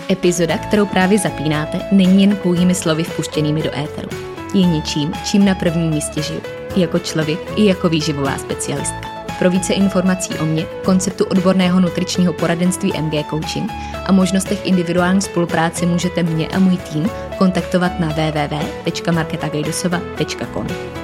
Epizoda, kterou právě zapínáte, není jen pouhými slovy vpuštěnými do éteru. Je něčím, čím na prvním místě žiju. I jako člověk, i jako výživová specialistka. Pro více informací o mně, konceptu odborného nutričního poradenství MG Coaching a možnostech individuální spolupráce můžete mě a můj tým kontaktovat na www.marketagajdosova.com.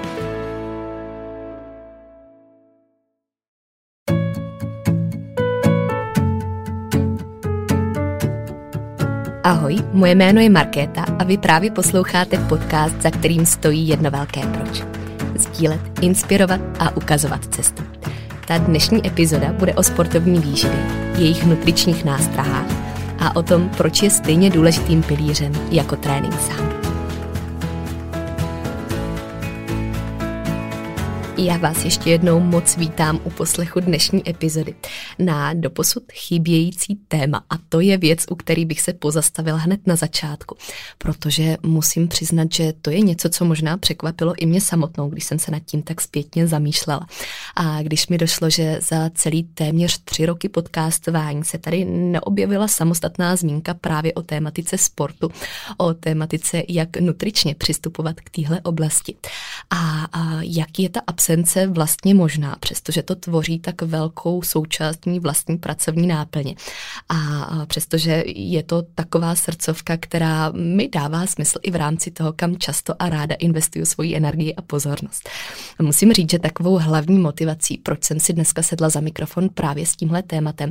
Ahoj, moje jméno je Markéta a vy právě posloucháte podcast, za kterým stojí jedno velké proč. Sdílet, inspirovat a ukazovat cestu. Ta dnešní epizoda bude o sportovní výživě, jejich nutričních nástrahách a o tom, proč je stejně důležitým pilířem jako trénink sám. Já vás ještě jednou moc vítám u poslechu dnešní epizody na doposud chybějící téma a to je věc, u který bych se pozastavila hned na začátku, protože musím přiznat, že to je něco, co možná překvapilo i mě samotnou, když jsem se nad tím tak zpětně zamýšlela. A když mi došlo, že za celý téměř 3 roky podcastování se tady neobjevila samostatná zmínka právě o tématice sportu, o tématice, jak nutričně přistupovat k téhle oblasti a jaký je ta absence vlastně možná, přestože to tvoří tak velkou součást mý vlastní pracovní náplně. A přestože je to taková srdcovka, která mi dává smysl i v rámci toho, kam často a ráda investuju svoji energii a pozornost. Musím říct, že takovou hlavní motivací, proč jsem si dneska sedla za mikrofon právě s tímhle tématem,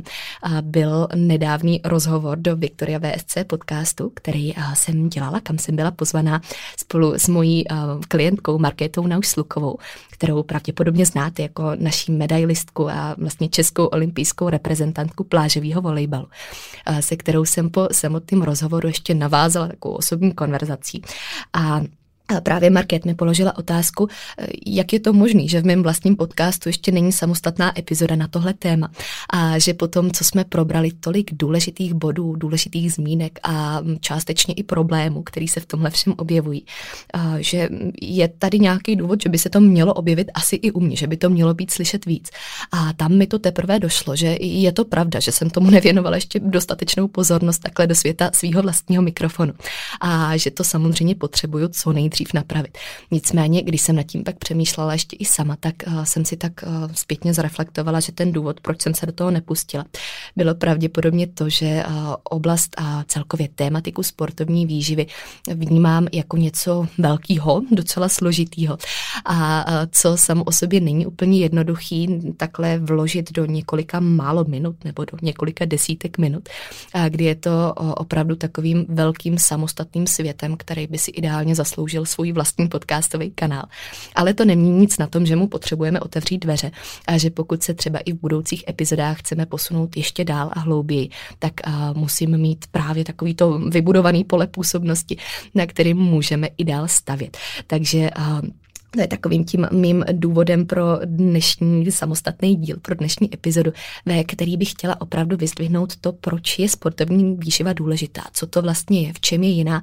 byl nedávný rozhovor do Victoria VSC podcastu, který jsem dělala, kam jsem byla pozvaná spolu s mojí klientkou Markétou Nauslukovou, kterou pravděpodobně znáte jako naší medailistku a vlastně českou olympijskou reprezentantku plážového volejbalu, se kterou jsem po samotném rozhovoru ještě navázala takovou osobní konverzací. A právě Markét mi položila otázku, jak je to možné, že v mém vlastním podcastu ještě není samostatná epizoda na tohle téma a že potom, co jsme probrali tolik důležitých bodů, důležitých zmínek a částečně i problémů, který se v tomhle všem objevují, že je tady nějaký důvod, že by se to mělo objevit asi i u mě, že by to mělo být slyšet víc. A tam mi to teprve došlo, že je to pravda, že jsem tomu nevěnovala ještě dostatečnou pozornost takhle do světa svého vlastního mikrofonu a že to samozřejmě potřebuju co nejdřív napravit. Nicméně, když jsem nad tím tak přemýšlela ještě i sama, tak jsem si tak zpětně zreflektovala, že ten důvod, proč jsem se do toho nepustila, bylo pravděpodobně to, že oblast a celkově tématiku sportovní výživy vnímám jako něco velkého, docela složitýho a co samo o sobě není úplně jednoduchý takhle vložit do několika málo minut nebo do několika desítek minut, kdy je to opravdu takovým velkým samostatným světem, který by si ideálně zasloužil svůj vlastní podcastový kanál. Ale to nemění nic na tom, že mu potřebujeme otevřít dveře a že pokud se třeba i v budoucích epizodách chceme posunout ještě dál a hlouběji, tak musím mít právě takovýto vybudovaný pole působnosti, na kterým můžeme i dál stavět. Takže to je takovým tím mým důvodem pro dnešní samostatný díl, pro dnešní epizodu, ve který bych chtěla opravdu vyzdvihnout to, proč je sportovní výživa důležitá, co to vlastně je, v čem je jiná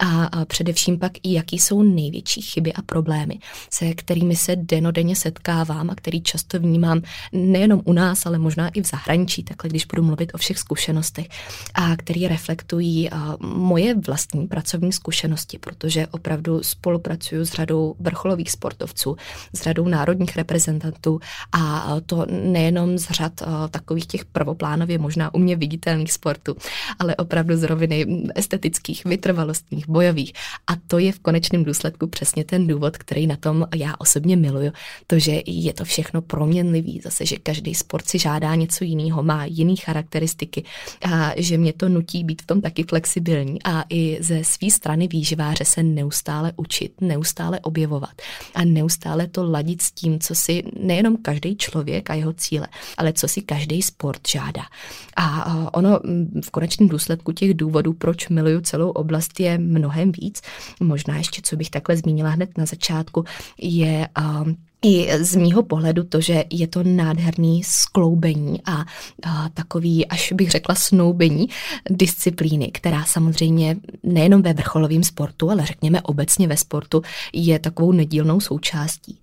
a především pak i jaký jsou největší chyby a problémy, se kterými se dennodenně setkávám a který často vnímám nejenom u nás, ale možná i v zahraničí, takhle když budu mluvit o všech zkušenostech a který reflektují moje vlastní pracovní zkušenosti, protože opravdu spolupracuju s řadou vrcholových sportovců, s řadou národních reprezentantů a to nejenom z řad takových těch prvoplánově možná u mě viditelných sportů, ale opravdu z roviny estetických, vytrvalostních, bojových. A to je v konečném důsledku přesně ten důvod, který na tom já osobně miluju. To, že je to všechno proměnlivý, zase, že každý sport si žádá něco jiného, má jiné charakteristiky a že mě to nutí být v tom taky flexibilní a i ze své strany výživáře se neustále učit, neustále objevovat a neustále to ladit s tím, co si nejenom každý člověk a jeho cíle, ale co si každý sport žádá. A ono v konečném důsledku těch důvodů, proč miluju celou oblast, je mnohem víc. Možná ještě, co bych takhle zmínila hned na začátku, je i z mýho pohledu to, že je to nádherný skloubení a takový, až bych řekla, snoubení disciplíny, která samozřejmě nejenom ve vrcholovém sportu, ale řekněme obecně ve sportu je takovou nedílnou součástí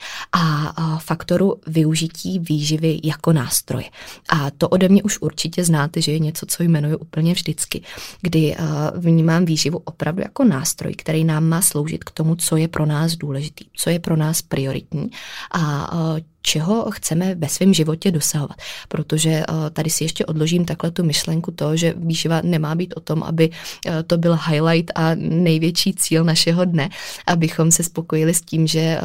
a faktoru využití výživy jako nástroje. A to ode mě už určitě znáte, že je něco, co jmenuji úplně vždycky, kdy vnímám výživu opravdu jako nástroj, který nám má sloužit k tomu, co je pro nás důležitý, co je pro nás prioritní a čeho chceme ve svém životě dosahovat. Protože tady si ještě odložím takhle tu myšlenku toho, že výživa nemá být o tom, aby to byl highlight a největší cíl našeho dne, abychom se spokojili s tím, že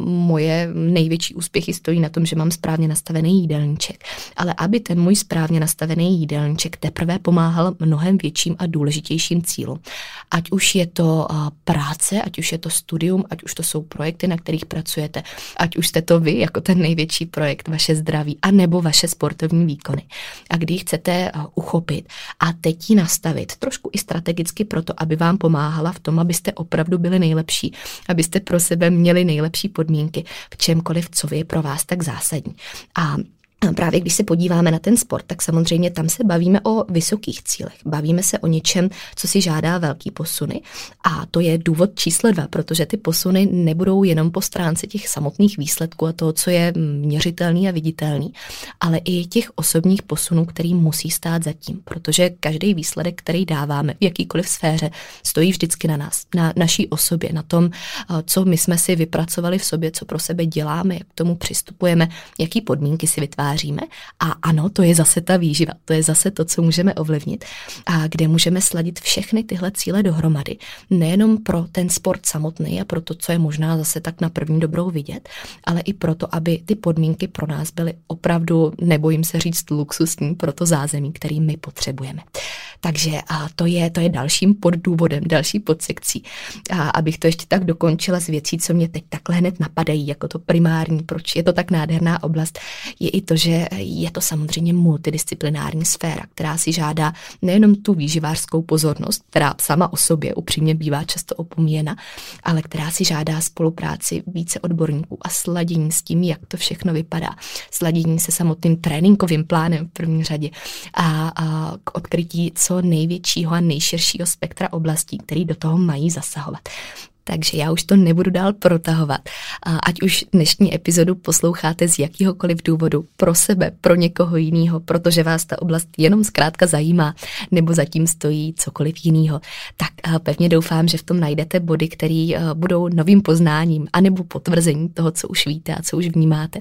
moje největší úspěchy stojí na tom, že mám správně nastavený jídelníček. Ale aby ten můj správně nastavený jídelníček teprve pomáhal mnohem větším a důležitějším cílům. Ať už je to práce, ať už je to studium, ať už to jsou projekty, na kterých pracujete, ať už jste to vy jako ten největší projekt, vaše zdraví, anebo vaše sportovní výkony. A kdy chcete uchopit a teď ji nastavit trošku i strategicky proto, aby vám pomáhala v tom, abyste opravdu byli nejlepší, abyste pro sebe měli nejlepší podmínky v čemkoliv, co je pro vás tak zásadní. A právě když se podíváme na ten sport, tak samozřejmě tam se bavíme o vysokých cílech. Bavíme se o něčem, co si žádá velký posuny a to je důvod číslo 2, protože ty posuny nebudou jenom po stránce těch samotných výsledků a toho, co je měřitelný a viditelný, ale i těch osobních posunů, který musí stát za tím, protože každý výsledek, který dáváme v jakýkoliv sféře, stojí vždycky na nás, na naší osobě, na tom, co my jsme si vypracovali v sobě, co pro sebe děláme, jak k tomu přistupujeme, jaký podmínky si vytváříme. A ano, to je zase ta výživa, to je zase to, co můžeme ovlivnit a kde můžeme sladit všechny tyhle cíle dohromady. Nejenom pro ten sport samotný a pro to, co je možná zase tak na první dobrou vidět, ale i proto, aby ty podmínky pro nás byly opravdu, nebojím se říct, luxusní pro to zázemí, který my potřebujeme. Takže to je dalším poddůvodem, další podsekcí. A abych to ještě tak dokončila z věcí, co mě teď takhle hned napadají, jako to primární, proč je to tak nádherná oblast, je i to, že je to samozřejmě multidisciplinární sféra, která si žádá nejenom tu výživářskou pozornost, která sama o sobě upřímně bývá často opomíjena, ale která si žádá spolupráci více odborníků a sladění s tím, jak to všechno vypadá. Sladění se samotným tréninkovým plánem v první řadě a k odkrytí co největšího a nejširšího spektra oblastí, které do toho mají zasahovat. Takže já už to nebudu dál protahovat. Ať už dnešní epizodu posloucháte z jakýhokoliv důvodu, pro sebe, pro někoho jiného, protože vás ta oblast jenom zkrátka zajímá, nebo zatím stojí cokoliv jiného, tak pevně doufám, že v tom najdete body, které budou novým poznáním, anebo potvrzením toho, co už víte a co už vnímáte.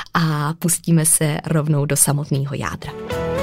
A pustíme se rovnou do samotného jádra.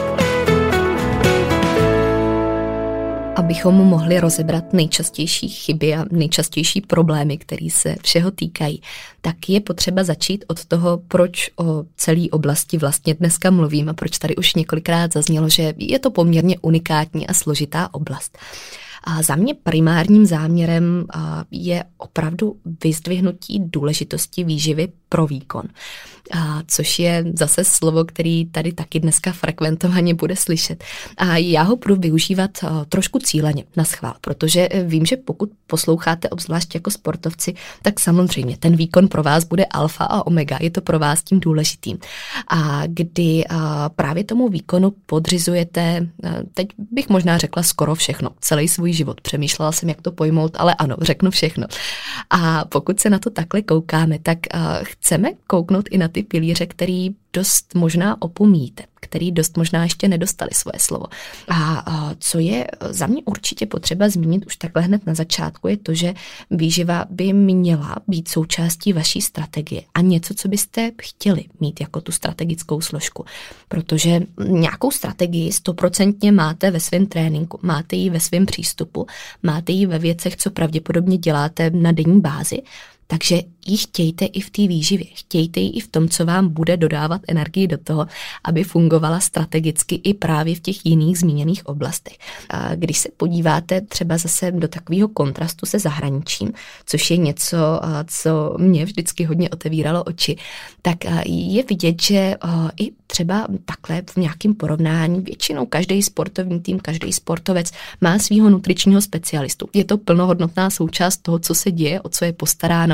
Abychom mohli rozebrat nejčastější chyby a nejčastější problémy, které se všeho týkají, tak je potřeba začít od toho, proč o celé oblasti vlastně dneska mluvím a proč tady už několikrát zaznělo, že je to poměrně unikátní a složitá oblast. A za mě primárním záměrem je opravdu vyzdvihnutí důležitosti výživy pro výkon. Což je zase slovo, který tady taky dneska frekventovaně bude slyšet. A já ho budu využívat trošku cíleně na schvál, protože vím, že pokud posloucháte obzvlášť jako sportovci, tak samozřejmě ten výkon pro vás bude alfa a omega, je to pro vás tím důležitým. A kdy právě tomu výkonu podřizujete, teď bych možná řekla skoro všechno, celý svůj život. Přemýšlela jsem, jak to pojmout, ale ano, řeknu všechno. A pokud se na to takhle koukáme, tak chceme kouknout i na ty pilíře, který dost možná opomíjíte, který dost možná ještě nedostali svoje slovo. A co je za mě určitě potřeba zmínit už takhle hned na začátku, je to, že výživa by měla být součástí vaší strategie a něco, co byste chtěli mít jako tu strategickou složku. Protože nějakou strategii 100% máte ve svém tréninku, máte ji ve svém přístupu, máte ji ve věcech, co pravděpodobně děláte na denní bázi, takže ji chtějte i v té výživě, chtějte ji i v tom, co vám bude dodávat energii do toho, aby fungovala strategicky i právě v těch jiných zmíněných oblastech. A když se podíváte třeba zase do takového kontrastu se zahraničím, což je něco, co mě vždycky hodně otevíralo oči, tak je vidět, že i třeba takhle v nějakém porovnání většinou každý sportovní tým, každý sportovec má svého nutričního specialistu. Je to plnohodnotná součást toho, co se děje, o co je postaráno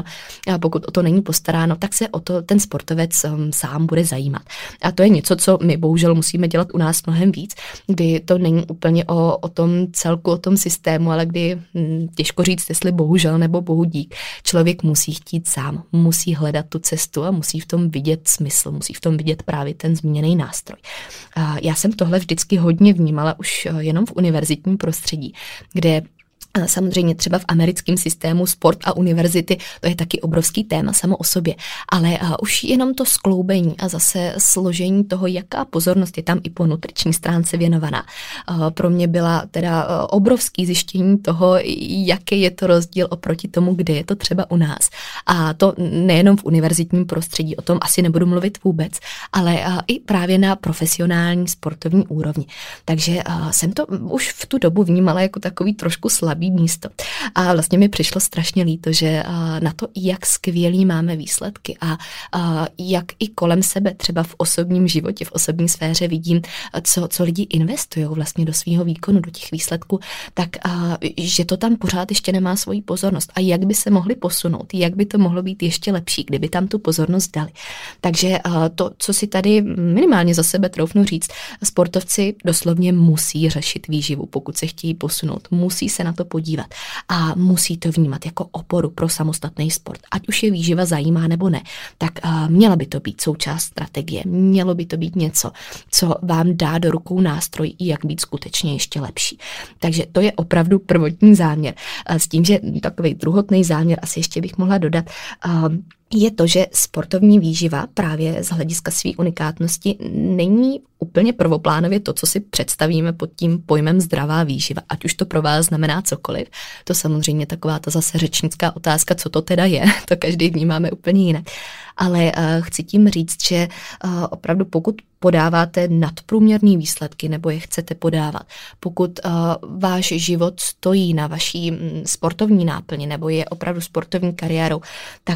a pokud o to není postaráno, tak se o to ten sportovec sám bude zajímat. A to je něco, co my bohužel musíme dělat u nás mnohem víc, kdy to není úplně o tom celku, o tom systému, ale kdy těžko říct, jestli bohužel nebo bohu dík. Člověk musí chtít sám, musí hledat tu cestu a musí v tom vidět smysl, musí v tom vidět právě ten zmíněný nástroj. A já jsem tohle vždycky hodně vnímala už jenom v univerzitním prostředí, kde samozřejmě třeba v americkém systému sport a univerzity, to je taky obrovský téma samo o sobě, ale už jenom to skloubení a zase složení toho, jaká pozornost je tam i po nutriční stránce věnovaná. Pro mě byla teda obrovský zjištění toho, jaký je to rozdíl oproti tomu, kde je to třeba u nás. A to nejenom v univerzitním prostředí, o tom asi nebudu mluvit vůbec, ale i právě na profesionální sportovní úrovni. Takže jsem to už v tu dobu vnímala jako takový trošku slabý místo. A vlastně mi přišlo strašně líto, že na to, jak skvělý máme výsledky a jak i kolem sebe třeba v osobním životě, v osobní sféře vidím, co lidi investují vlastně do svého výkonu, do těch výsledků, tak že to tam pořád ještě nemá svoji pozornost a jak by se mohli posunout, jak by to mohlo být ještě lepší, kdyby tam tu pozornost dali. Takže to, co si tady minimálně za sebe troufnu říct, sportovci doslovně musí řešit výživu, pokud se chtějí posunout, musí se na to podívat a musí to vnímat jako oporu pro samostatný sport. Ať už je výživa zajímá nebo ne, tak měla by to být součást strategie, mělo by to být něco, co vám dá do rukou nástroj, jak být skutečně ještě lepší. Takže to je opravdu prvotní záměr. S tím, že takový druhotný záměr asi ještě bych mohla dodat, je to, že sportovní výživa právě z hlediska své unikátnosti není úplně prvoplánově to, co si představíme pod tím pojmem zdravá výživa, ať už to pro vás znamená cokoliv. To samozřejmě taková ta zase řečnická otázka, co to teda je, to každý vnímáme úplně jinak. Ale chci tím říct, že opravdu pokud podáváte nadprůměrný výsledky nebo je chcete podávat, pokud váš život stojí na vaší sportovní náplni nebo je opravdu sportovní kariérou, tak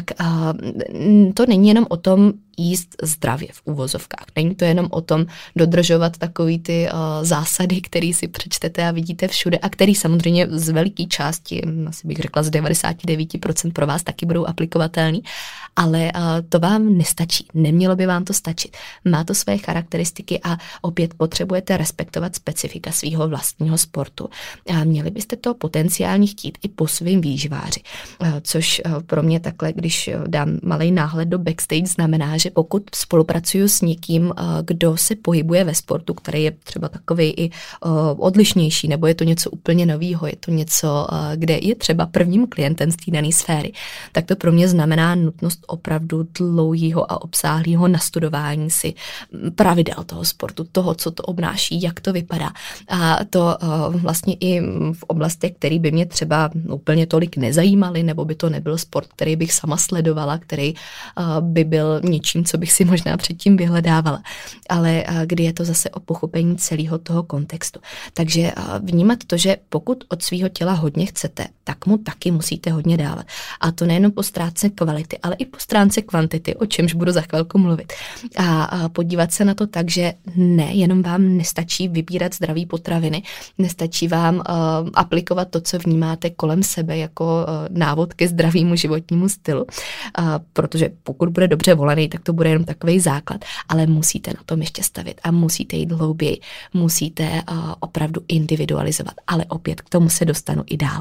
to není jenom o tom jíst zdravě v uvozovkách. Není to jenom o tom dodržovat takový ty zásady, které si přečtete a vidíte všude a který samozřejmě z veliké části, asi bych řekla z 99% pro vás taky budou aplikovatelný, ale to vám nestačí. Nemělo by vám to stačit. Má to své charakteristiky a opět potřebujete respektovat specifika svého vlastního sportu. A měli byste to potenciálně chtít i po svým výživáři, což pro mě takhle, když dám malej náhled do backstage, znamená, že pokud spolupracuju s někým, kdo se pohybuje ve sportu, který je třeba takový i odlišnější, nebo je to něco úplně novýho, je to něco, kde je třeba prvním klientem z té dané sféry, tak to pro mě znamená nutnost opravdu dlouhého a obsáhlého nastudování si pravidel toho sportu, toho, co to obnáší, jak to vypadá. A to vlastně i v oblastech, které by mě třeba úplně tolik nezajímaly, nebo by to nebyl sport, který bych sama sledovala, který by byl něčím, co bych si možná předtím vyhledávala. Ale kdy je to zase o pochopení celého toho kontextu. Takže vnímat to, že pokud od svého těla hodně chcete, tak mu taky musíte hodně dávat. A to nejenom po stránce kvality, ale i po stránce kvantity, o čemž budu za chvilku mluvit. A podívat se na to tak, že ne, jenom vám nestačí vybírat zdraví potraviny, nestačí vám aplikovat to, co vnímáte kolem sebe jako návod ke zdravému životnímu stylu, protože pokud bude dobře volený, tak to bude jenom takový základ, ale musíte na tom ještě stavět a musíte jít hlouběji, musíte opravdu individualizovat, ale opět k tomu se dostanu i dál.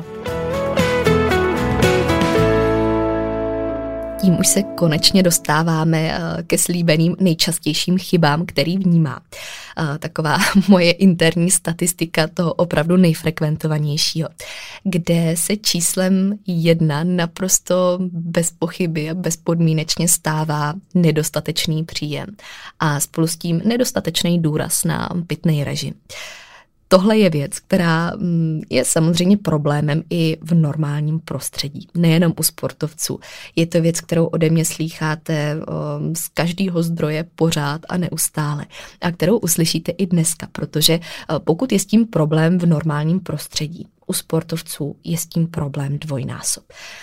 Tím už se konečně dostáváme ke slíbeným nejčastějším chybám, který vnímám. Taková moje interní statistika toho opravdu nejfrekventovanějšího, kde se číslem 1 naprosto bez pochyby a bezpodmínečně stává nedostatečný příjem a spolu s tím nedostatečný důraz na pitný režim. Tohle je věc, která je samozřejmě problémem i v normálním prostředí, nejenom u sportovců. Je to věc, kterou ode mě slýcháte z každého zdroje pořád a neustále a kterou uslyšíte i dneska, protože pokud je s tím problém v normálním prostředí, u sportovců je s tím problém dvojnásob.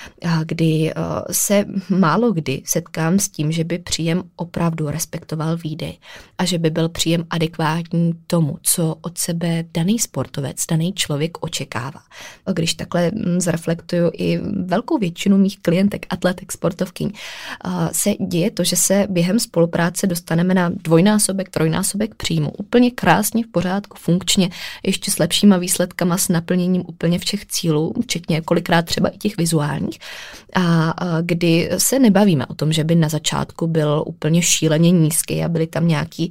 Kdy se málo kdy setkám s tím, že by příjem opravdu respektoval výdej a že by byl příjem adekvátní tomu, co od sebe daný sportovec, daný člověk očekává. Když takhle zreflektuju i velkou většinu mých klientek, atletek, sportovkyň, se děje to, že se během spolupráce dostaneme na dvojnásobek, trojnásobek příjmu. Úplně krásně, v pořádku, funkčně, ještě s lepšíma výsledkama, s naplněním úplně všech cílů, včetně kolikrát třeba i těch vizuálních. A kdy se nebavíme o tom, že by na začátku byl úplně šíleně nízký a byly tam nějaký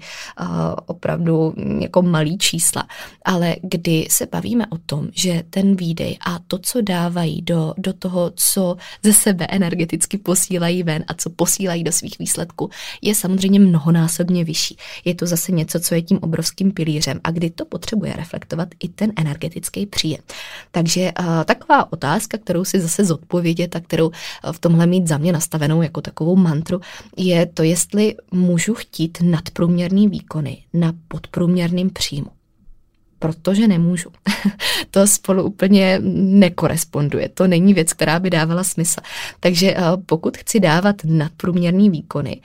opravdu jako malý čísla, ale kdy se bavíme o tom, že ten výdej a to, co dávají do toho, co ze sebe energeticky posílají ven a co posílají do svých výsledků, je samozřejmě mnohonásobně vyšší. Je to zase něco, co je tím obrovským pilířem a kdy to potřebuje reflektovat i ten energetický příjem. Takže taková otázka, kterou si zase zodpovědět a kterou v tomhle mít za mě nastavenou jako takovou mantru, je to, jestli můžu chtít nadprůměrný výkony na podprůměrným příjmu. Protože nemůžu. To spolu úplně nekoresponduje. To není věc, která by dávala smysl. Takže pokud chci dávat nadprůměrný výkony,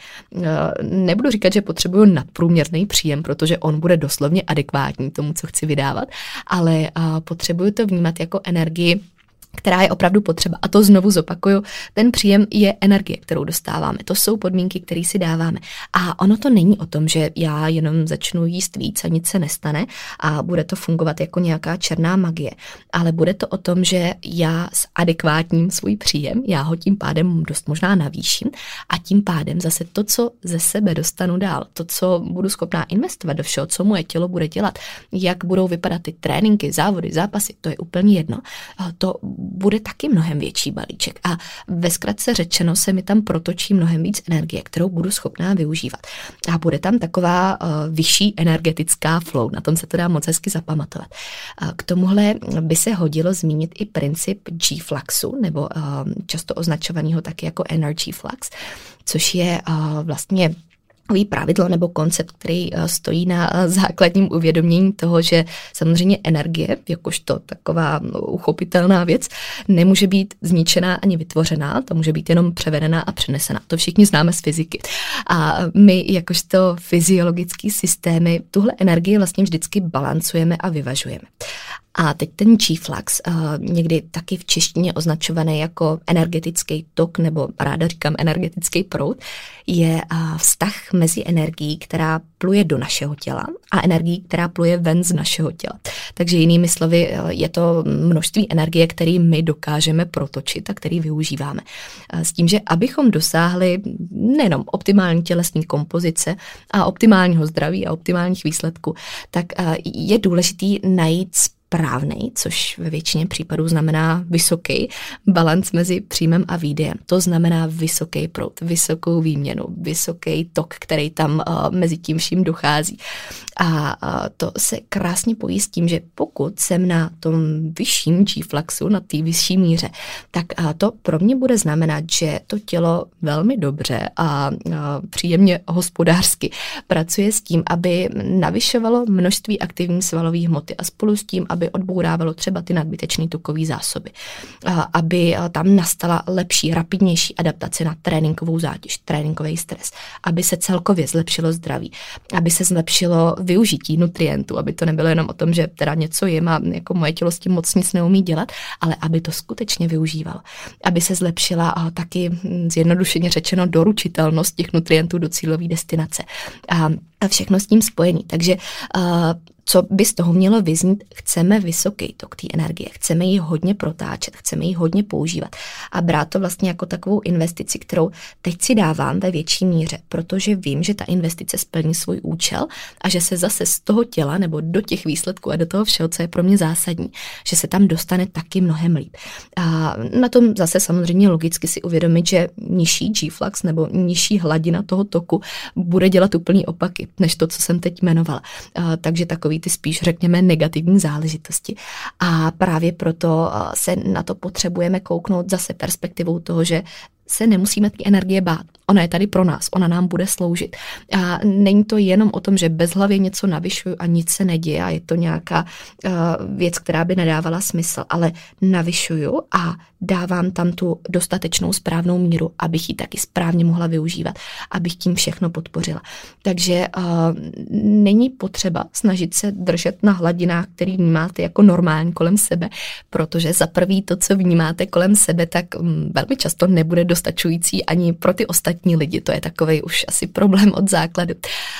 nebudu říkat, že potřebuju nadprůměrný příjem, protože on bude doslovně adekvátní tomu, co chci vydávat, ale potřebuju to vnímat jako energii, která je opravdu potřeba. A to znovu zopakuju, ten příjem je energie, kterou dostáváme. To jsou podmínky, které si dáváme. A ono to není o tom, že já jenom začnu jíst víc a nic se nestane a bude to fungovat jako nějaká černá magie. Ale bude to o tom, že já s adekvátním svůj příjem, já ho tím pádem dost možná navýším a tím pádem zase to, co ze sebe dostanu dál, to, co budu schopná investovat do všeho, co moje tělo bude dělat, jak budou vypadat ty tréninky, závody, zápasy, to je úplně jedno. To bude taky mnohem větší balíček a ve zkratce řečeno se mi tam protočí mnohem víc energie, kterou budu schopná využívat. A bude tam taková vyšší energetická flow, na tom se to dá moc hezky zapamatovat. K tomuhle by se hodilo zmínit i princip G-fluxu, nebo často označovaného taky jako energy flux, což je vlastně takový pravidlo nebo koncept, který stojí na základním uvědomění toho, že samozřejmě energie, jakožto taková uchopitelná věc, nemůže být zničená ani vytvořená, to může být jenom převedená a přenesená. To všichni známe z fyziky. A my jakožto fyziologický systémy tuhle energii vlastně vždycky balancujeme a vyvažujeme. A teď ten G-flux, někdy taky v češtině označovaný jako energetický tok, nebo ráda říkám energetický proud, je vztah mezi energií, která pluje do našeho těla a energií, která pluje ven z našeho těla. Takže jinými slovy je to množství energie, který my dokážeme protočit a který využíváme. S tím, že abychom dosáhli nejenom optimální tělesní kompozice a optimálního zdraví a optimálních výsledků, tak je důležitý najít správnej, což ve většině případů znamená vysoký balanc mezi příjmem a výdejem. To znamená vysoký proud, vysokou výměnu, vysoký tok, který tam mezi tím vším dochází. A to se krásně pojí s tím, že pokud jsem na tom vyšším G-fluxu, na té vyšší míře, tak to pro mě bude znamenat, že to tělo velmi dobře a příjemně hospodářsky pracuje s tím, aby navyšovalo množství aktivní svalové hmoty a spolu s tím, aby odbourávalo třeba ty nadbytečné tukové zásoby. Aby tam nastala lepší, rapidnější adaptace na tréninkovou zátěž, tréninkový stres, aby se celkově zlepšilo zdraví, aby se zlepšilo využití nutrientů, aby to nebylo jenom o tom, že teda něco jim a jako moje tělo s tím moc nic neumí dělat, ale aby to skutečně využívalo. Aby se zlepšila taky zjednodušeně řečeno doručitelnost těch nutrientů do cílové destinace. A všechno s tím spojený. Takže co by z toho mělo vyznít? Chceme vysoký tok té energie, chceme ji hodně protáčet, chceme ji hodně používat a brát to vlastně jako takovou investici, kterou teď si dávám ve větší míře, protože vím, že ta investice splní svůj účel a že se zase z toho těla nebo do těch výsledků a do toho všeho, co je pro mě zásadní, že se tam dostane taky mnohem líp. A na tom zase samozřejmě logicky si uvědomit, že nižší G-flux nebo nižší hladina toho toku bude dělat úplný opaky, než to, co jsem teď jmenovala. Takže takový ty spíš řekněme negativní záležitosti. A právě proto se na to potřebujeme kouknout zase perspektivou toho, že se nemusíme té energie bát. Ona je tady pro nás, ona nám bude sloužit. A není to jenom o tom, že bezhlavě něco navyšuju a nic se neděje a je to nějaká věc, která by nedávala smysl, ale navyšuju a dávám tam tu dostatečnou správnou míru, abych ji taky správně mohla využívat, abych tím všechno podpořila. Takže není potřeba snažit se držet na hladinách, který vnímáte jako normální kolem sebe, protože za prvý to, co vnímáte kolem sebe, tak velmi často nebude dostačující ani pro ty ostatní lidi. To je takovej už asi problém od základu.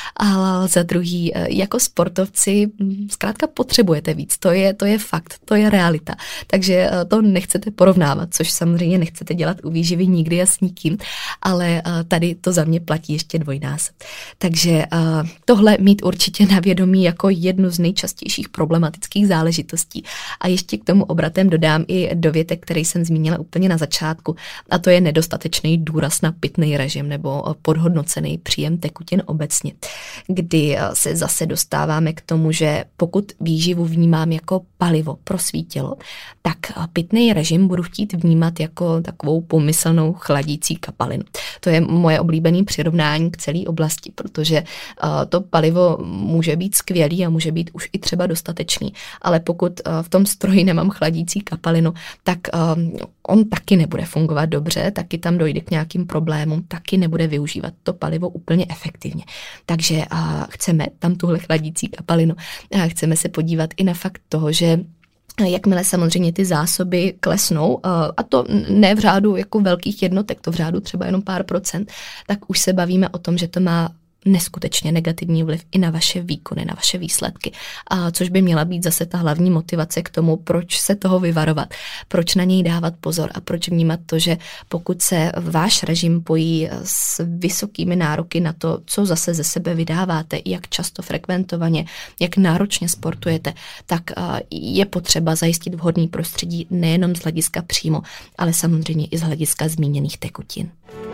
A za druhý, jako sportovci zkrátka potřebujete víc. To je fakt, to je realita. Takže to nechcete porovnávat, což samozřejmě nechcete dělat u výživy nikdy a s nikým, ale tady to za mě platí ještě dvojnásob. Takže tohle mít určitě na vědomí jako jednu z nejčastějších problematických záležitostí. A ještě k tomu obratem dodám i dovětek, který jsem zmínila úplně na začátku, a to je nedostatečný důraz na pitný režim nebo podhodnocený příjem tekutin obecně, kdy se zase dostáváme k tomu, že pokud výživu vnímám jako palivo pro svý tělo, tak pitný režim budu chtít vnímat jako takovou pomyslnou chladící kapalinu. To je moje oblíbené přirovnání k celé oblasti, protože to palivo může být skvělý a může být už i třeba dostatečný, ale pokud v tom stroji nemám chladící kapalinu, tak on taky nebude fungovat dobře, taky tam dojde k nějakým problémům, taky nebude využívat to palivo úplně efektivně. Takže chceme tam tuhle chladící kapalinu, chceme se podívat i na fakt toho, že jakmile samozřejmě ty zásoby klesnou, a to ne v řádu jako velkých jednotek, to v řádu třeba jenom pár procent, tak už se bavíme o tom, že to má neskutečně negativní vliv i na vaše výkony, na vaše výsledky. Což by měla být zase ta hlavní motivace k tomu, proč se toho vyvarovat, proč na něj dávat pozor a proč vnímat to, že pokud se váš režim pojí s vysokými nároky na to, co zase ze sebe vydáváte, jak často frekventovaně, jak náročně sportujete, tak je potřeba zajistit vhodný prostředí nejenom z hlediska příjmu, ale samozřejmě i z hlediska zmíněných tekutin.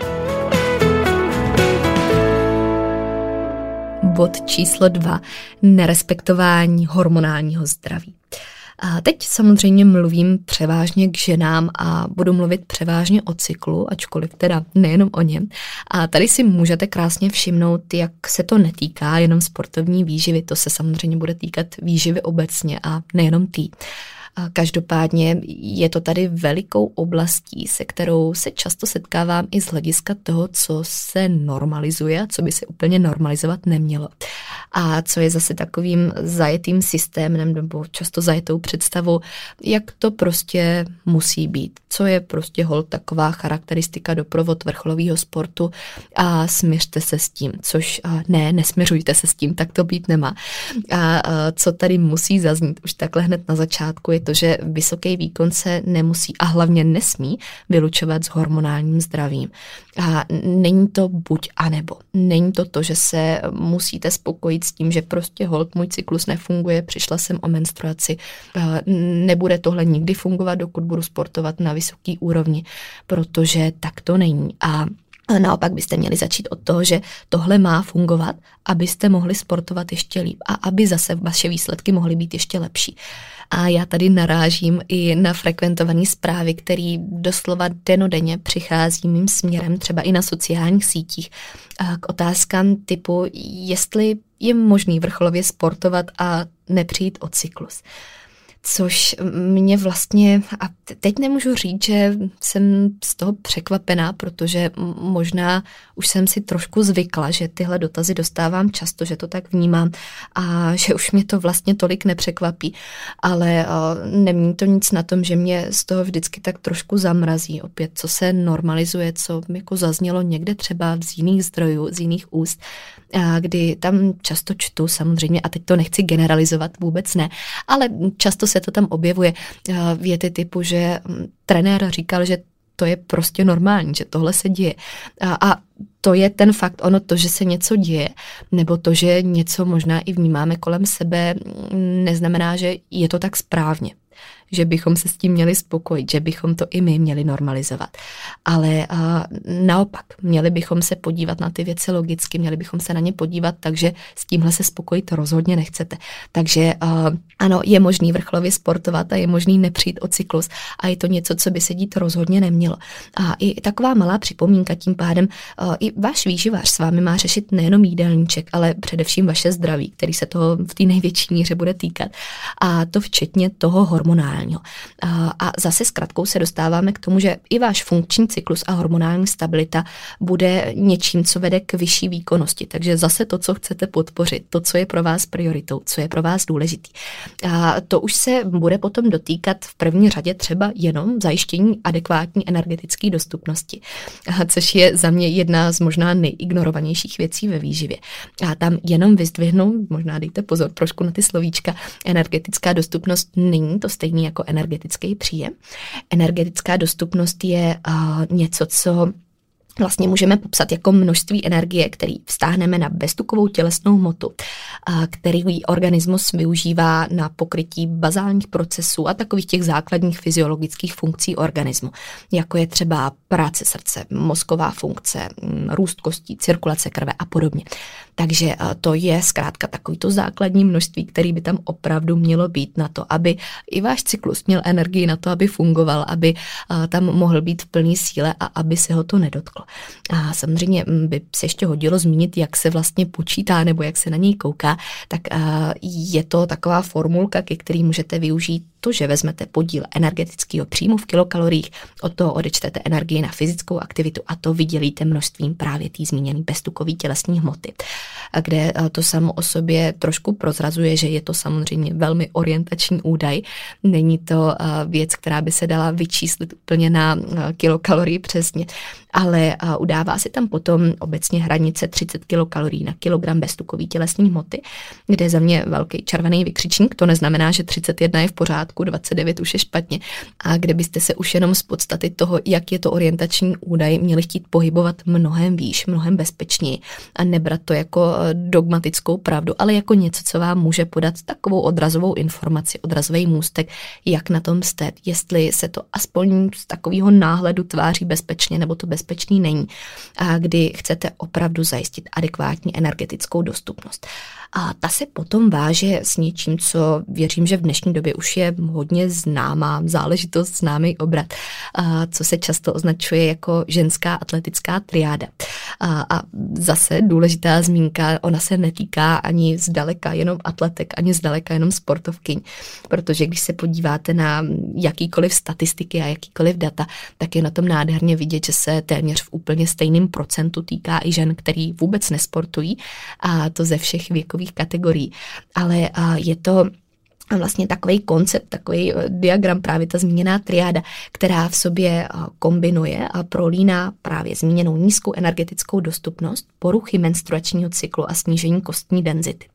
Bod číslo 2. Nerespektování hormonálního zdraví. A teď samozřejmě mluvím převážně k ženám a budu mluvit převážně o cyklu, ačkoliv teda nejenom o něm. A tady si můžete krásně všimnout, jak se to netýká jenom sportovní výživy, to se samozřejmě bude týkat výživy obecně a nejenom tý. Každopádně je to tady velikou oblastí, se kterou se často setkávám i z hlediska toho, co se normalizuje a co by se úplně normalizovat nemělo. A co je zase takovým zajetým systémem nebo často zajetou představou, jak to prostě musí být. Co je prostě holt taková charakteristika doprovod vrcholového sportu a směřte se s tím, což nesměřujte se s tím, tak to být nemá. A co tady musí zaznít už takhle hned na začátku je to, že vysoký výkon se nemusí a hlavně nesmí vylučovat s hormonálním zdravím. A není to buď a nebo. Není to to, že se musíte spokojit s tím, že prostě holt můj cyklus nefunguje, přišla jsem o menstruaci, nebude tohle nikdy fungovat, dokud budu sportovat na vysoký úrovni, protože tak to není. A naopak byste měli začít od toho, že tohle má fungovat, abyste mohli sportovat ještě líp a aby zase vaše výsledky mohly být ještě lepší. A já tady narážím i na frekventované zprávy, které doslova dennodenně přichází mým směrem, třeba i na sociálních sítích, k otázkám typu, jestli je možný vrcholově sportovat a nepřijít o cyklus. Což mě vlastně, a teď nemůžu říct, že jsem z toho překvapená, protože možná už jsem si trošku zvykla, že tyhle dotazy dostávám často, že to tak vnímám a že už mě to vlastně tolik nepřekvapí, ale nemění to nic na tom, že mě z toho vždycky tak trošku zamrazí opět, co se normalizuje, co jako zaznělo někde třeba z jiných zdrojů, z jiných úst, kdy tam často čtu samozřejmě, a teď to nechci generalizovat, vůbec ne, ale často se to tam objevuje věty typu, že trenér říkal, že to je prostě normální, že tohle se děje. A to je ten fakt, ono to, že se něco děje, nebo to, že něco možná i vnímáme kolem sebe, neznamená, že je to tak správně. že bychom se s tím měli spokojit, že bychom to i my měli normalizovat. Ale naopak, měli bychom se podívat na ty věci logicky, měli bychom se na ně podívat, takže s tímhle se spokojit rozhodně nechcete. Takže ano, je možný vrcholově sportovat a je možný nepřijít o cyklus a je to něco, co by se dít rozhodně nemělo. A i taková malá připomínka tím pádem, i váš výživář s vámi má řešit nejenom jídelníček, ale především vaše zdraví, který se toho v té největší míře bude týkat. A to včetně toho hormonálního. A zase zkratkou se dostáváme k tomu, že i váš funkční cyklus a hormonální stabilita bude něčím, co vede k vyšší výkonnosti. Takže zase to, co chcete podpořit, to, co je pro vás prioritou, co je pro vás důležitý. A to už se bude potom dotýkat v první řadě třeba jenom zajištění adekvátní energetické dostupnosti, což je za mě jedna z možná nejignorovanějších věcí ve výživě. A tam jenom vyzdvihnu, možná dejte pozor trošku na ty slovíčka, energetická dostupnost není to stejný jako energetický příjem. Energetická dostupnost je něco, co vlastně můžeme popsat jako množství energie, který vztáhneme na beztukovou tělesnou hmotu, který organismus využívá na pokrytí bazálních procesů a takových těch základních fyziologických funkcí organismu, jako je třeba práce srdce, mozková funkce, růst kostí, cirkulace krve a podobně. Takže to je zkrátka takovýto základní množství, který by tam opravdu mělo být na to, aby i váš cyklus měl energii na to, aby fungoval, aby tam mohl být v plné síle a aby se ho to nedotklo. A samozřejmě by se ještě hodilo zmínit, jak se vlastně počítá nebo jak se na něj kouká, tak je to taková formulka, ke který můžete využít to, že vezmete podíl energetického příjmu v kilokaloriích, od toho odečtete energii na fyzickou aktivitu a to vydělíte množstvím právě té zmíněné beztukové tělesní hmoty, kde to samo o sobě trošku prozrazuje, že je to samozřejmě velmi orientační údaj. Není to věc, která by se dala vyčíslit úplně na kilokalorii přesně, ale udává se tam potom obecně hranice 30 kilokalorií na kilogram beztukové tělesní hmoty, kde je za mě velký červený vykřičník, to neznamená, že 31 je v pořádku, 29 už je špatně. A kde byste se už jenom z podstaty toho, jak je to orientační údaj, měli chtít pohybovat mnohem výš, mnohem bezpečněji a nebrat to jako dogmatickou pravdu, ale jako něco, co vám může podat takovou odrazovou informaci, odrazový můstek, jak na tom jste, jestli se to aspoň z takového náhledu tváří bezpečně, nebo to bezpečný není, a kdy chcete opravdu zajistit adekvátní energetickou dostupnost. A ta se potom váže s něčím, co věřím, že v dnešní době už je hodně známá záležitost, známý obrat, co se často označuje jako ženská atletická triáda. A zase důležitá zmínka, ona se netýká ani zdaleka jenom atletek, ani zdaleka jenom sportovkyň, protože když se podíváte na jakýkoliv statistiky a jakýkoliv data, tak je na tom nádherně vidět, že se téměř v úplně stejném procentu týká i žen, který vůbec nesportují, a to ze všech věkových kategorií. Ale je to vlastně takový koncept, takový diagram, právě ta zmíněná triáda, která v sobě kombinuje a prolíná právě zmíněnou nízkou energetickou dostupnost, poruchy menstruačního cyklu a snížení kostní denzity.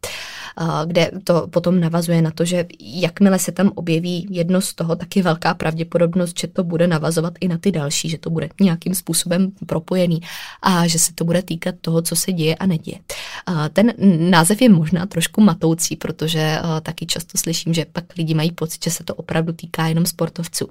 Kde to potom navazuje na to, že jakmile se tam objeví jedno z toho, tak je velká pravděpodobnost, že to bude navazovat i na ty další, že to bude nějakým způsobem propojený a že se to bude týkat toho, co se děje a neděje. Ten název je možná trošku matoucí, protože taky často slyším, že pak lidi mají pocit, že se to opravdu týká jenom sportovců.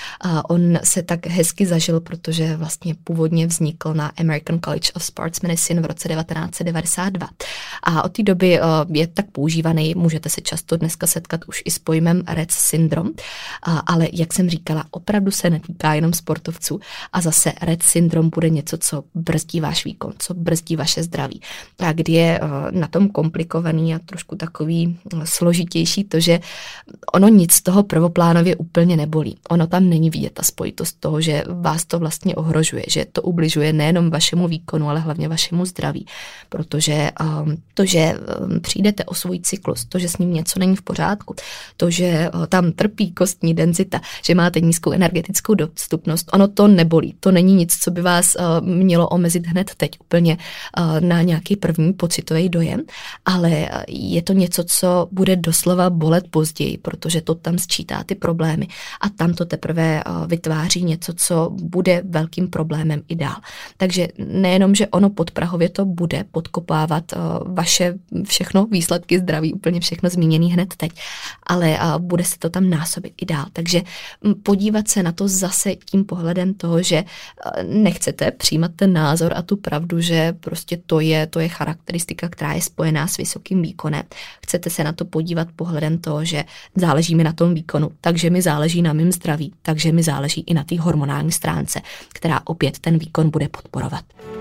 On se tak hezky zažil, protože vlastně původně vznikl na American College of Sports Medicine v roce 1992. A od té doby je tak používaný, můžete se často dneska setkat už i s pojmem Rett syndrom, ale jak jsem říkala, opravdu se netýká jenom sportovců a zase Rett syndrom bude něco, co brzdí váš výkon, co brzdí vaše zdraví. A kdy je na tom komplikovaný a trošku takový složitější to, že ono nic z toho prvoplánově úplně nebolí. Ono tam není vidět ta spojitost toho, že vás to vlastně ohrožuje, že to ubližuje nejenom vašemu výkonu, ale hlavně vašemu zdraví. Protože to, že přijdete o svůj cyklus, to, že s ním něco není v pořádku, to, že tam trpí kostní denzita, že máte nízkou energetickou dostupnost, ono to nebolí. To není nic, co by vás mělo omezit hned teď úplně na nějaký první pocitový dojem, ale je to něco, co bude doslova bolet později, protože to tam sčítá ty problémy a tam to teprve vytváří něco, co bude velkým problémem i dál. Takže nejenom, že ono podprahově to bude podkopávat vaše všechno výsledky fyzicky zdraví, úplně všechno zmíněný hned teď, ale bude se to tam násobit i dál. Takže podívat se na to zase tím pohledem toho, že nechcete přijímat ten názor a tu pravdu, že prostě to je charakteristika, která je spojená s vysokým výkonem. Chcete se na to podívat pohledem toho, že záleží mi na tom výkonu, takže mi záleží na mém zdraví, takže mi záleží i na té hormonální stránce, která opět ten výkon bude podporovat.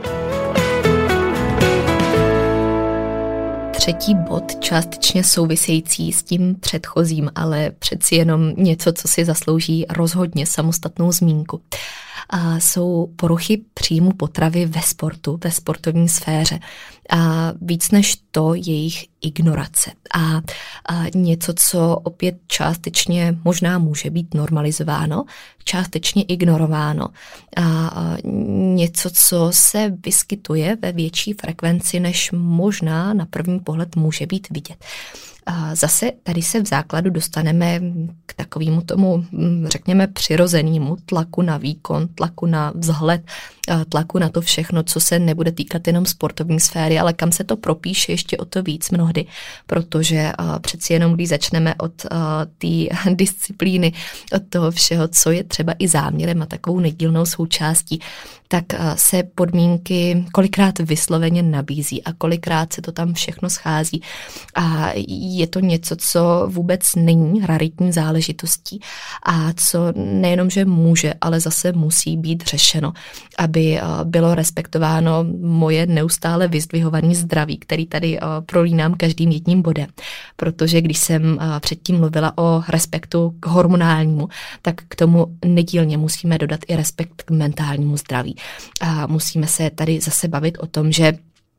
Třetí bod, částečně související s tím předchozím, ale přeci jenom něco, co si zaslouží rozhodně samostatnou zmínku. Jsou poruchy příjmu potravy ve sportu, ve sportovní sféře. A víc než to jejich ignorace. A něco, co opět částečně možná může být normalizováno, částečně ignorováno. A něco, co se vyskytuje ve větší frekvenci, než možná na první pohled může být vidět. Zase tady se v základu dostaneme k takovému tomu, řekněme, přirozenému tlaku na výkon, tlaku na vzhled, tlaku na to všechno, co se nebude týkat jenom sportovní sféry, ale kam se to propíše ještě o to víc mnohdy, protože přeci jenom, když začneme od té disciplíny, od toho všeho, co je třeba i záměrem a takovou nedílnou součástí, tak se podmínky kolikrát vysloveně nabízí a kolikrát se to tam všechno schází. A je to něco, co vůbec není raritní záležitostí a co nejenom, že může, ale zase musí být řešeno, aby bylo respektováno moje neustále vyzdvihované zdraví, který tady prolínám každým jedním bodem. Protože když jsem předtím mluvila o respektu k hormonálnímu, tak k tomu nedílně musíme dodat i respekt k mentálnímu zdraví. A musíme se tady zase bavit o tom, že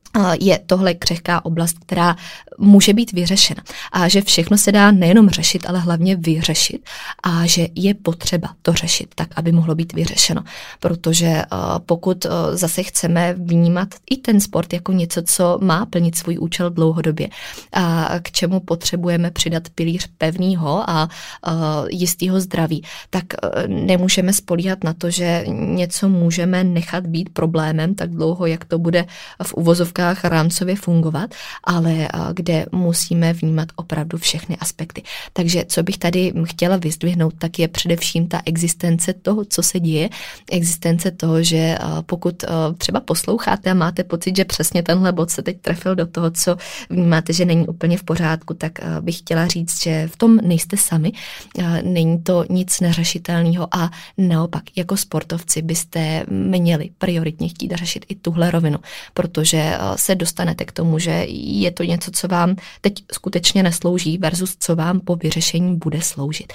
je tohle křehká oblast, která může být vyřešena. A že všechno se dá nejenom řešit, ale hlavně vyřešit. A že je potřeba to řešit tak, aby mohlo být vyřešeno. Protože pokud zase chceme vnímat i ten sport jako něco, co má plnit svůj účel dlouhodobě, a k čemu potřebujeme přidat pilíř pevného a jistého zdraví, tak nemůžeme spolíhat na to, že něco můžeme nechat být problémem tak dlouho, jak to bude v uvozovkách rámcově fungovat, ale kde musíme vnímat opravdu všechny aspekty. Takže co bych tady chtěla vyzdvihnout, tak je především ta existence toho, co se děje, existence toho, že pokud třeba posloucháte a máte pocit, že přesně tenhle bod se teď trefil do toho, co vnímáte, že není úplně v pořádku, tak bych chtěla říct, že v tom nejste sami, není to nic neřešitelného a naopak jako sportovci byste měli prioritně chtít řešit i tuhle rovinu, protože se dostanete k tomu, že je to něco, co vám teď skutečně neslouží versus co vám po vyřešení bude sloužit.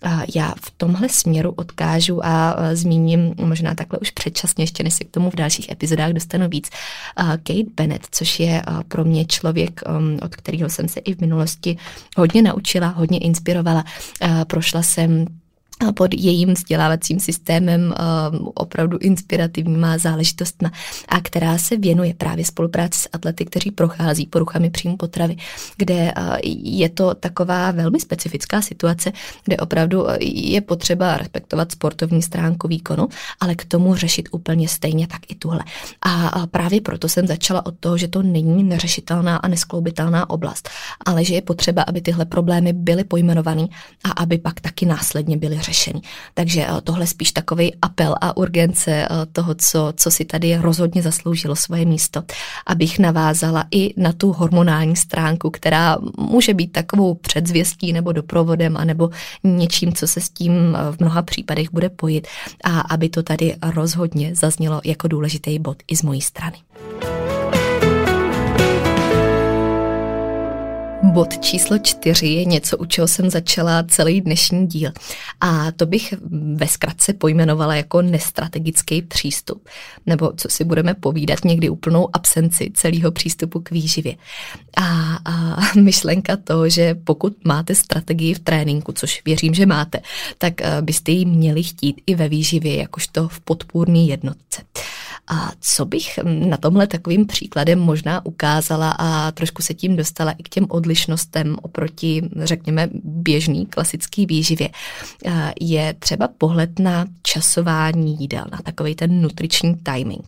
Já v tomhle směru odkážu a zmíním možná takhle už předčasně, ještě než se k tomu v dalších epizodách dostanu víc, Kate Bennett, což je pro mě člověk, od kterého jsem se i v minulosti hodně naučila, hodně inspirovala. Prošla jsem pod jejím vzdělávacím systémem opravdu inspirativníma záležitostma, a která se věnuje právě spolupráci s atlety, kteří prochází poruchami příjmu potravy, kde je to taková velmi specifická situace, kde opravdu je potřeba respektovat sportovní stránku výkonu, ale k tomu řešit úplně stejně tak i tuhle. A právě proto jsem začala od toho, že to není neřešitelná a neskloubitelná oblast, ale že je potřeba, aby tyhle problémy byly pojmenovaný a aby pak taky následně byly řešený. Takže tohle spíš takový apel a urgence toho, co si tady rozhodně zasloužilo svoje místo, abych navázala i na tu hormonální stránku, která může být takovou předzvěstí nebo doprovodem, anebo něčím, co se s tím v mnoha případech bude pojit, a aby to tady rozhodně zaznělo jako důležitý bod i z mojí strany. Bod číslo 4 je něco, u čeho jsem začala celý dnešní díl. A to bych ve zkratce pojmenovala jako nestrategický přístup. Nebo co si budeme povídat, někdy úplnou absenci celého přístupu k výživě. A myšlenka toho, že pokud máte strategii v tréninku, což věřím, že máte, tak byste ji měli chtít i ve výživě, jakožto v podpůrné jednotce. A co bych na tomhle takovým příkladem možná ukázala a trošku se tím dostala i k těm odlišnostem oproti, řekněme, běžný klasický výživě, je třeba pohled na časování jídel, na takovej ten nutriční timing,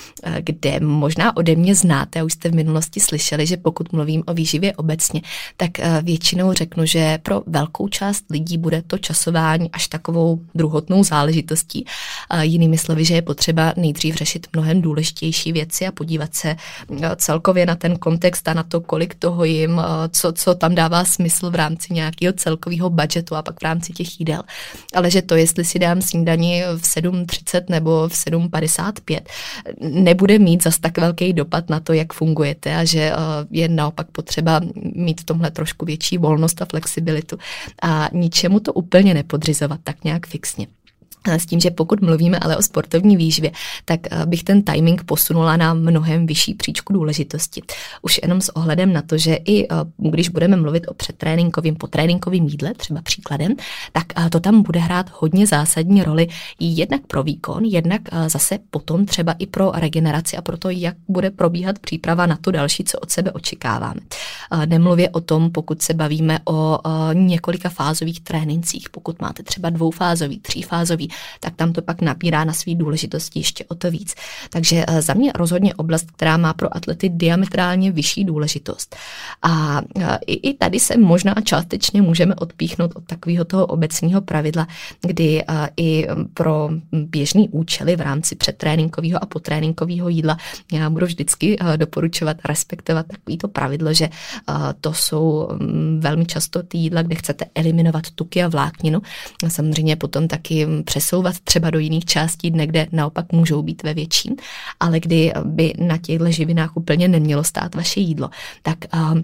kde možná ode mě znáte, a už jste v minulosti slyšeli, že pokud mluvím o výživě obecně, tak většinou řeknu, že pro velkou část lidí bude to časování až takovou druhotnou záležitostí. Jinými slovy, že je potřeba nejdřív řešit mnohem důležitější věci a podívat se celkově na ten kontext a na to, kolik toho jim, co tam dává smysl v rámci nějakého celkového budžetu a pak v rámci těch jídel. Ale že to, jestli si dám snídani v 7:30 nebo v 7:55, nebude mít zas tak velký dopad na to, jak fungujete a že je naopak potřeba mít v tomhle trošku větší volnost a flexibilitu a ničemu to úplně nepodřizovat tak nějak fixně. S tím, že pokud mluvíme ale o sportovní výživě, tak bych ten timing posunula na mnohem vyšší příčku důležitosti. Už jenom s ohledem na to, že i když budeme mluvit o předtréninkovém, potréninkovém jídle, třeba příkladem, tak to tam bude hrát hodně zásadní roli jednak pro výkon, jednak zase potom třeba i pro regeneraci a pro to, jak bude probíhat příprava na to další, co od sebe očekáváme. Nemluvě o tom, pokud se bavíme o několika fázových trénincích, pokud máte třeba dvoufázový, třífázový, tak tam to pak napírá na svý důležitosti ještě o to víc. Takže za mě rozhodně oblast, která má pro atlety diametrálně vyšší důležitost. A i tady se možná částečně můžeme odpíchnout od takového toho obecného pravidla, kdy i pro běžný účely v rámci předtréninkového a potréninkového jídla já budu vždycky doporučovat respektovat takovýto pravidlo, že to jsou velmi často ty jídla, kde chcete eliminovat tuky a vlákninu. A samozřejmě potom taky přesouvat třeba do jiných částí dne, kde naopak můžou být ve větším, ale kdy by na těchto živinách úplně nemělo stát vaše jídlo, tak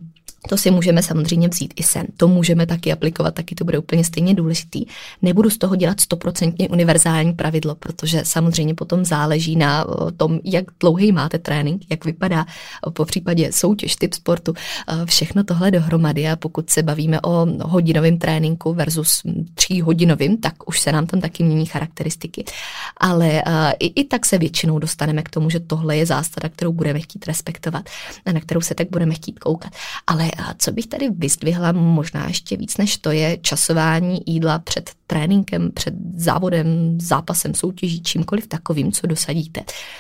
to si můžeme samozřejmě vzít i sem. To můžeme taky aplikovat, taky to bude úplně stejně důležitý. Nebudu z toho dělat 100% univerzální pravidlo, protože samozřejmě potom záleží na tom, jak dlouhý máte trénink, jak vypadá po případě soutěž, typ sportu, všechno tohle dohromady a pokud se bavíme o hodinovém tréninku versus 3hodinovým, tak už se nám tam taky mění charakteristiky. Ale i tak se většinou dostaneme k tomu, že tohle je zásada, kterou budeme chtít respektovat a na kterou se tak budeme chtít koukat. Ale co bych tady vyzdvihla možná ještě víc než to je časování jídla před tréninkem, před závodem, zápasem, soutěží, čímkoliv takovým, co dosadíte.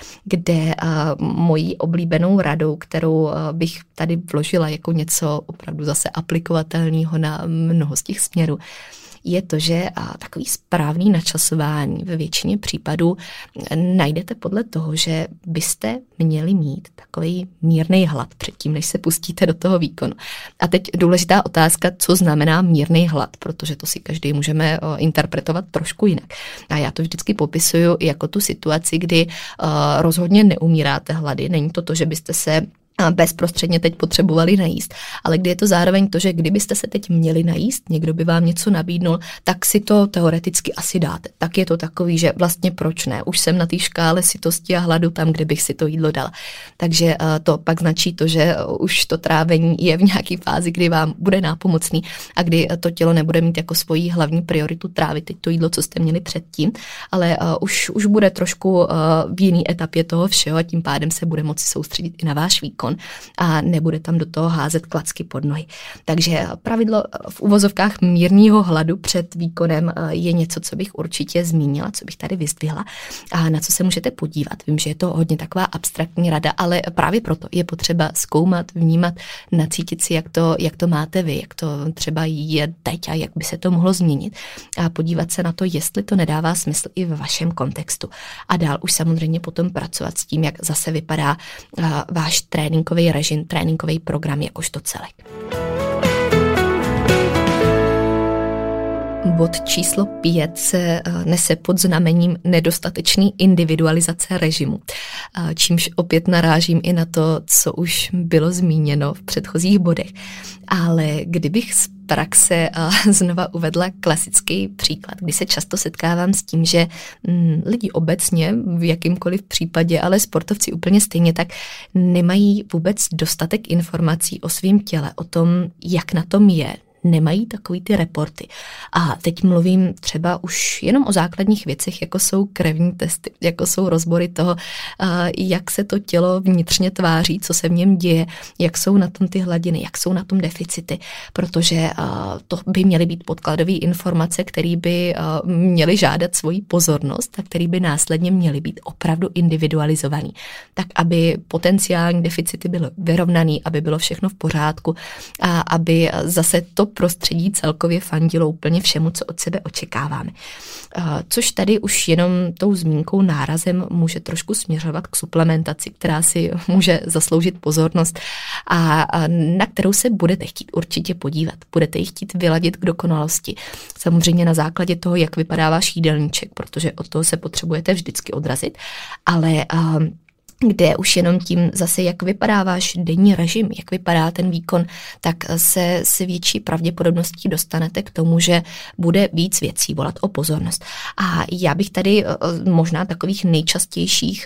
Kde mojí oblíbenou radou, kterou bych tady vložila jako něco opravdu zase aplikovatelného na mnoho z těch směrů, je to, že takový správný načasování ve většině případů najdete podle toho, že byste měli mít takový mírný hlad předtím, než se pustíte do toho výkonu. A teď důležitá otázka, co znamená mírný hlad, protože to si každý můžeme interpretovat trošku jinak. A já to vždycky popisuju jako tu situaci, kdy rozhodně neumíráte hlady. Není to to, že byste se bezprostředně teď potřebovali najíst, ale kdy je to zároveň to, že kdybyste se teď měli najíst, někdo by vám něco nabídnul, tak si to teoreticky asi dáte. Tak je to takový, že vlastně proč ne? Už jsem na té škále sytosti a hladu tam, kde bych si to jídlo dala. Takže to pak značí to, že už to trávení je v nějaké fázi, kdy vám bude nápomocný a kdy to tělo nebude mít jako svoji hlavní prioritu trávit teď to jídlo, co jste měli předtím, ale už bude trošku v jiné etapě toho všeho a tím pádem se bude moci soustředit i na váš výkon a nebude tam do toho házet klacky pod nohy. Takže pravidlo v uvozovkách mírného hladu před výkonem je něco, co bych určitě zmínila, co bych tady vyzdvihla a na co se můžete podívat. Vím, že je to hodně taková abstraktní rada, ale právě proto je potřeba zkoumat, vnímat, nacítit si, jak to máte vy, jak to třeba je teď a jak by se to mohlo změnit a podívat se na to, jestli to nedává smysl i ve vašem kontextu. A dál už samozřejmě potom pracovat s tím, jak zase vypadá váš tréninkový režim, tréninkový program jakožto celek. Bod číslo 5 se nese pod znamením nedostatečné individualizace režimu, čímž opět narážím i na to, co už bylo zmíněno v předchozích bodech. Ale kdybych z praxe znova uvedla klasický příklad, kdy se často setkávám s tím, že lidi obecně v jakýmkoliv případě, ale sportovci úplně stejně tak nemají vůbec dostatek informací o svém těle, o tom, jak na tom je, nemají takový ty reporty. A teď mluvím třeba už jenom o základních věcech, jako jsou krevní testy, jako jsou rozbory toho, jak se to tělo vnitřně tváří, co se v něm děje, jak jsou na tom ty hladiny, jak jsou na tom deficity, protože to by měly být podkladové informace, které by měly žádat svoji pozornost a které by následně měly být opravdu individualizované. Tak, aby potenciální deficity byly vyrovnané, aby bylo všechno v pořádku a aby zase to prostředí celkově fandilo úplně všemu, co od sebe očekáváme. Což tady už jenom tou zmínkou nárazem může trošku směřovat k suplementaci, která si může zasloužit pozornost a na kterou se budete chtít určitě podívat. Budete ji chtít vyladit k dokonalosti. Samozřejmě na základě toho, jak vypadá váš jídelníček, protože od toho se potřebujete vždycky odrazit, ale kde už jenom tím zase, jak vypadá váš denní režim, jak vypadá ten výkon, tak se s větší pravděpodobností dostanete k tomu, že bude víc věcí volat o pozornost. A já bych tady možná takových nejčastějších,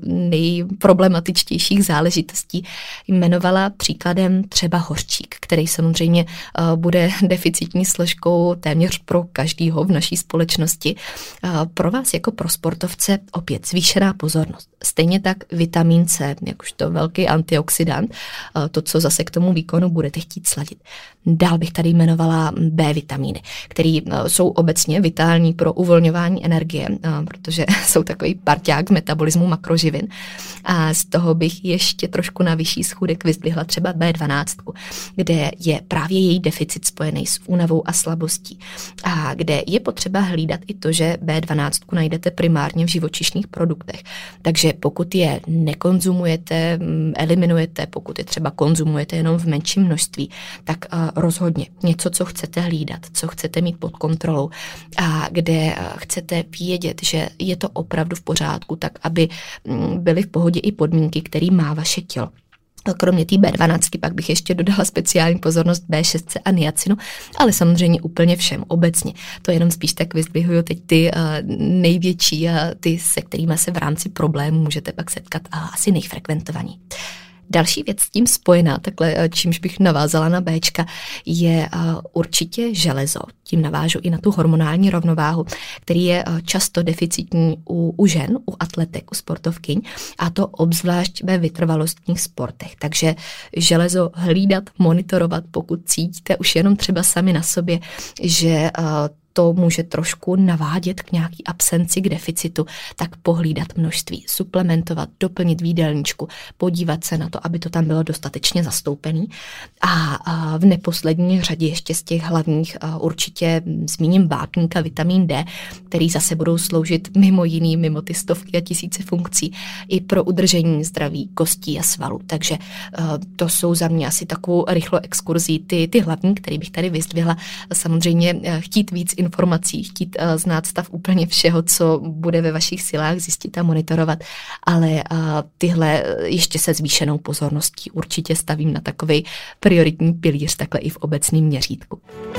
nejproblematičtějších záležitostí jmenovala příkladem třeba hořčík, který samozřejmě bude deficitní složkou téměř pro každýho v naší společnosti. Pro vás jako pro sportovce opět zvýšená pozornost. Stejně tak vitamin C, jakožto velký antioxidant, to, co zase k tomu výkonu budete chtít sladit. Dál bych tady jmenovala B vitamíny, které jsou obecně vitální pro uvolňování energie, protože jsou takový parťák z metabolismu makroživin. A z toho bych ještě trošku na vyšší schůdek vyzdvihla třeba B12, kde je právě její deficit spojený s únavou a slabostí. A kde je potřeba hlídat i to, že B12 najdete primárně v živočišných produktech. Takže pokud je nekonzumujete, eliminujete, pokud je třeba konzumujete jenom v menším množství, tak rozhodně něco, co chcete hlídat, co chcete mít pod kontrolou a kde chcete vědět, že je to opravdu v pořádku, tak aby byly v pohodě i podmínky, které má vaše tělo. Kromě té B12 pak bych ještě dodala speciální pozornost B6 a niacinu, ale samozřejmě úplně všem obecně. To jenom spíš tak vyzdvihuju teď ty největší a ty, se kterými se v rámci problémů můžete pak setkat a asi nejfrekventovaní. Další věc s tím spojená, takhle čímž bych navázala na Bčka, je určitě železo. Tím navážu i na tu hormonální rovnováhu, který je často deficitní u žen, u atletek, u sportovkyň, a to obzvlášť ve vytrvalostních sportech. Takže železo hlídat, monitorovat, pokud cítíte už jenom třeba sami na sobě, že to může trošku navádět k nějaký absenci, k deficitu, tak pohlídat množství, suplementovat, doplnit v jídelníčku, podívat se na to, aby to tam bylo dostatečně zastoupený. A v neposlední řadě ještě z těch hlavních určitě zmíním vápník a vitamin D, který zase budou sloužit mimo ty stovky a tisíce funkcí i pro udržení zdraví kostí a svalů. Takže to jsou za mě asi takovou rychlou exkurzí ty hlavní, který bych tady vyzdvihla. Samozřejmě chtít víc informací, chtít znát stav úplně všeho, co bude ve vašich silách zjistit a monitorovat, ale tyhle ještě se zvýšenou pozorností určitě stavím na takovej prioritní pilíř, takhle i v obecném měřítku.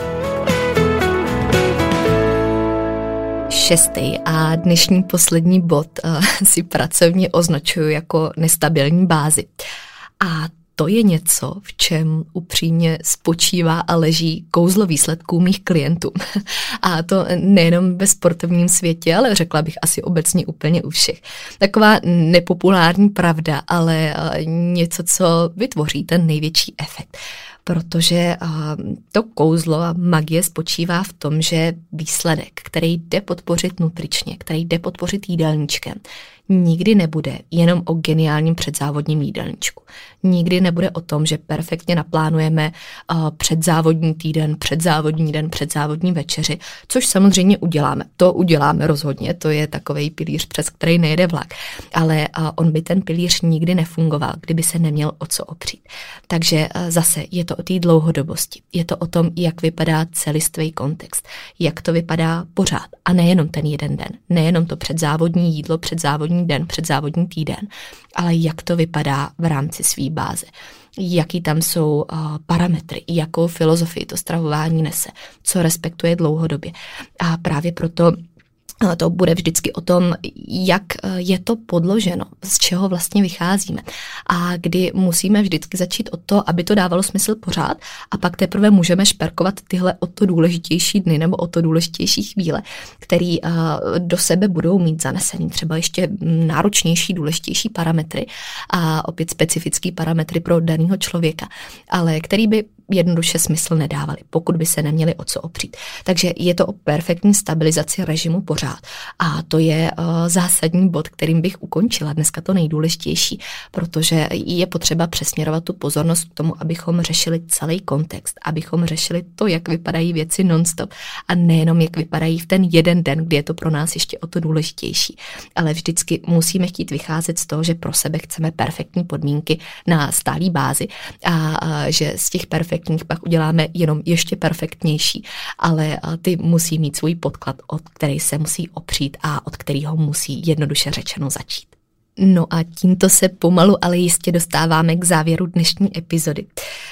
6. a dnešní poslední bod si pracovně označuju jako nestabilní bázi. A to je něco, v čem upřímně spočívá a leží kouzlo výsledků mých klientů. A to nejenom ve sportovním světě, ale řekla bych asi obecně úplně u všech. Taková nepopulární pravda, ale něco, co vytvoří ten největší efekt. Protože to kouzlo a magie spočívá v tom, že výsledek, který jde podpořit nutričně, který jde podpořit jídelníčkem, nikdy nebude jenom o geniálním předzávodním jídelníčku. Nikdy nebude o tom, že perfektně naplánujeme předzávodní týden, předzávodní den, předzávodní večeři, což samozřejmě uděláme. To uděláme rozhodně, to je takovej pilíř, přes který nejede vlak. Ale on by ten pilíř nikdy nefungoval, kdyby se neměl o co opřít. Takže zase je to o té dlouhodobosti. Je to o tom, jak vypadá celistvý kontext, jak to vypadá pořád. A nejenom ten jeden den, nejenom to předzávodní jídlo, předzávodní den, předzávodní týden, ale jak to vypadá v rámci své báze. Jaký tam jsou parametry, jakou filozofii to stravování nese, co respektuje dlouhodobě. A právě proto To bude vždycky o tom, jak je to podloženo, z čeho vlastně vycházíme. A kdy musíme vždycky začít od toho, aby to dávalo smysl pořád, a pak teprve můžeme šperkovat tyhle o to důležitější dny nebo o to důležitější chvíle, který do sebe budou mít zanesený třeba ještě náročnější, důležitější parametry a opět specifický parametry pro daného člověka, ale který by jednoduše smysl nedávali, pokud by se neměli o co opřít. Takže je to o perfektní stabilizaci režimu pořád. A to je zásadní bod, kterým bych ukončila dneska to nejdůležitější, protože je potřeba přesměrovat tu pozornost k tomu, abychom řešili celý kontext, abychom řešili to, jak vypadají věci non-stop a nejenom jak vypadají v ten jeden den, kdy je to pro nás ještě o to důležitější. Ale vždycky musíme chtít vycházet z toho, že pro sebe chceme perfektní podmínky na stálý bázi a že z těch perfektních pak uděláme jenom ještě perfektnější, ale ty musí mít svůj podklad, od který se musí opřít a od kterého musí jednoduše řečeno začít. No a tímto se pomalu, ale jistě dostáváme k závěru dnešní epizody,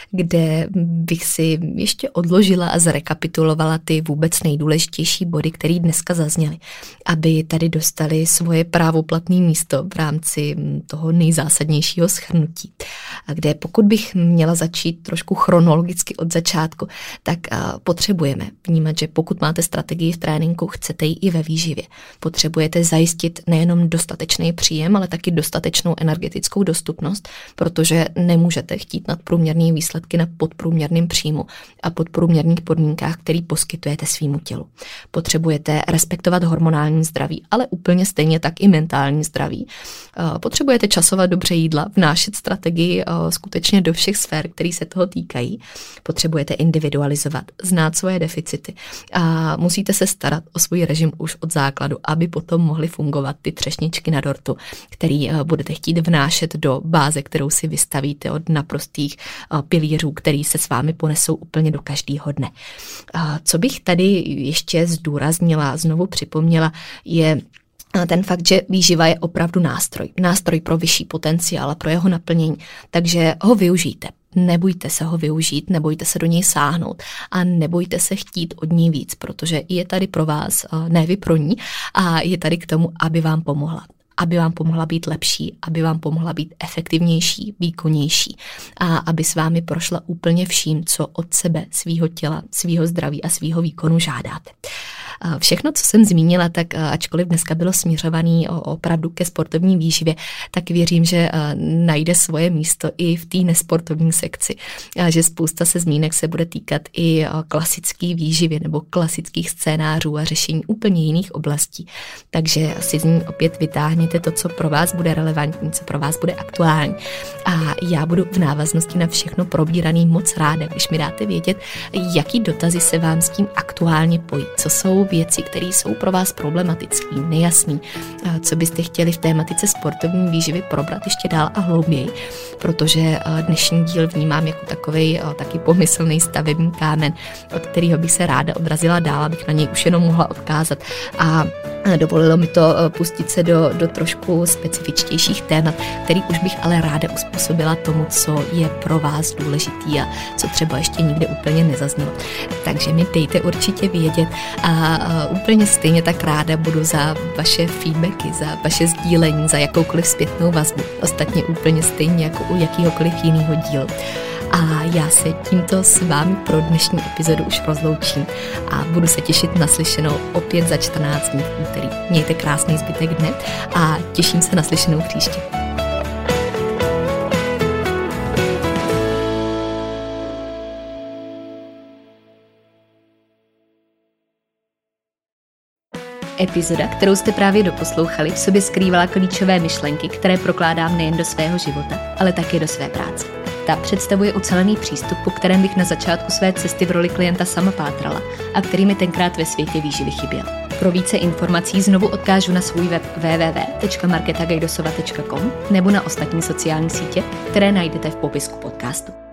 kde bych si ještě odložila a zrekapitulovala ty vůbec nejdůležitější body, které dneska zazněly, aby tady dostali svoje právoplatné místo v rámci toho nejzásadnějšího shrnutí. A kde pokud bych měla začít trošku chronologicky od začátku, tak potřebujeme vnímat, že pokud máte strategii v tréninku, chcete ji i ve výživě. Potřebujete zajistit nejenom dostatečný příjem, ale taky dostatečnou energetickou dostupnost, protože nemůžete chtít nadprůměrné výsledky na podprůměrném příjmu a podprůměrných podmínkách, který poskytujete svýmu tělu. Potřebujete respektovat hormonální zdraví, ale úplně stejně tak i mentální zdraví. Potřebujete časovat dobře jídla, vnášet strategii skutečně do všech sfér, které se toho týkají. Potřebujete individualizovat, znát svoje deficity a musíte se starat o svůj režim už od základu, aby potom mohly fungovat ty třešničky na dortu, který budete chtít vnášet do báze, kterou si vystavíte od naprostých pilířů, který se s vámi ponesou úplně do každého dne. Co bych tady ještě zdůraznila, znovu připomněla, je ten fakt, že výživa je opravdu nástroj pro vyšší potenciál a pro jeho naplnění, takže ho využijte. Nebojte se ho využít, nebojte se do něj sáhnout a nebojte se chtít od ní víc, protože je tady pro vás, ne vy pro ní, a je tady k tomu, aby vám pomohla. Aby vám pomohla být lepší, aby vám pomohla být efektivnější, výkonnější a aby s vámi prošla úplně vším, co od sebe, svýho těla, svýho zdraví a svýho výkonu žádáte. Všechno, co jsem zmínila, tak ačkoliv dneska bylo směřované opravdu ke sportovní výživě, tak věřím, že najde svoje místo i v té nesportovní sekci. Že spousta se zmínek se bude týkat i klasické výživy nebo klasických scénářů a řešení úplně jiných oblastí. Takže si z ní opět vytáhněte to, co pro vás bude relevantní, co pro vás bude aktuální. A já budu v návaznosti na všechno probíraný moc ráda, když mi dáte vědět, jaký dotazy se vám s tím aktuálně pojí, co jsou věci, které jsou pro vás problematické, nejasný, co byste chtěli v tématice sportovní výživy probrat ještě dál a hlouběji, protože dnešní díl vnímám jako takovej taky pomyslný stavební kámen, od kterého bych se ráda odrazila dál, abych na něj už jenom mohla odkázat a dovolilo mi to pustit se do trošku specifičtějších témat, který už bych ale ráda uspůsobila tomu, co je pro vás důležitý a co třeba ještě nikde úplně nezaznělo. Takže mi dejte určitě vědět a úplně stejně tak ráda budu za vaše feedbacky, za vaše sdílení, za jakoukoliv zpětnou vazbu. Ostatně úplně stejně jako u jakýhokoliv jiného dílu. A já se tímto s vámi pro dnešní epizodu už rozloučím a budu se těšit na slyšenou opět za 14 dní v úterý. Mějte krásný zbytek dne a těším se na slyšenou příště. Epizoda, kterou jste právě doposlouchali, v sobě skrývala klíčové myšlenky, které prokládám nejen do svého života, ale také do své práce. Ta představuje ucelený přístup, po kterém bych na začátku své cesty v roli klienta sama pátrala a který mi tenkrát ve světě výživy chyběl. Pro více informací znovu odkážu na svůj web www.marketagajdosova.com nebo na ostatní sociální sítě, které najdete v popisku podcastu.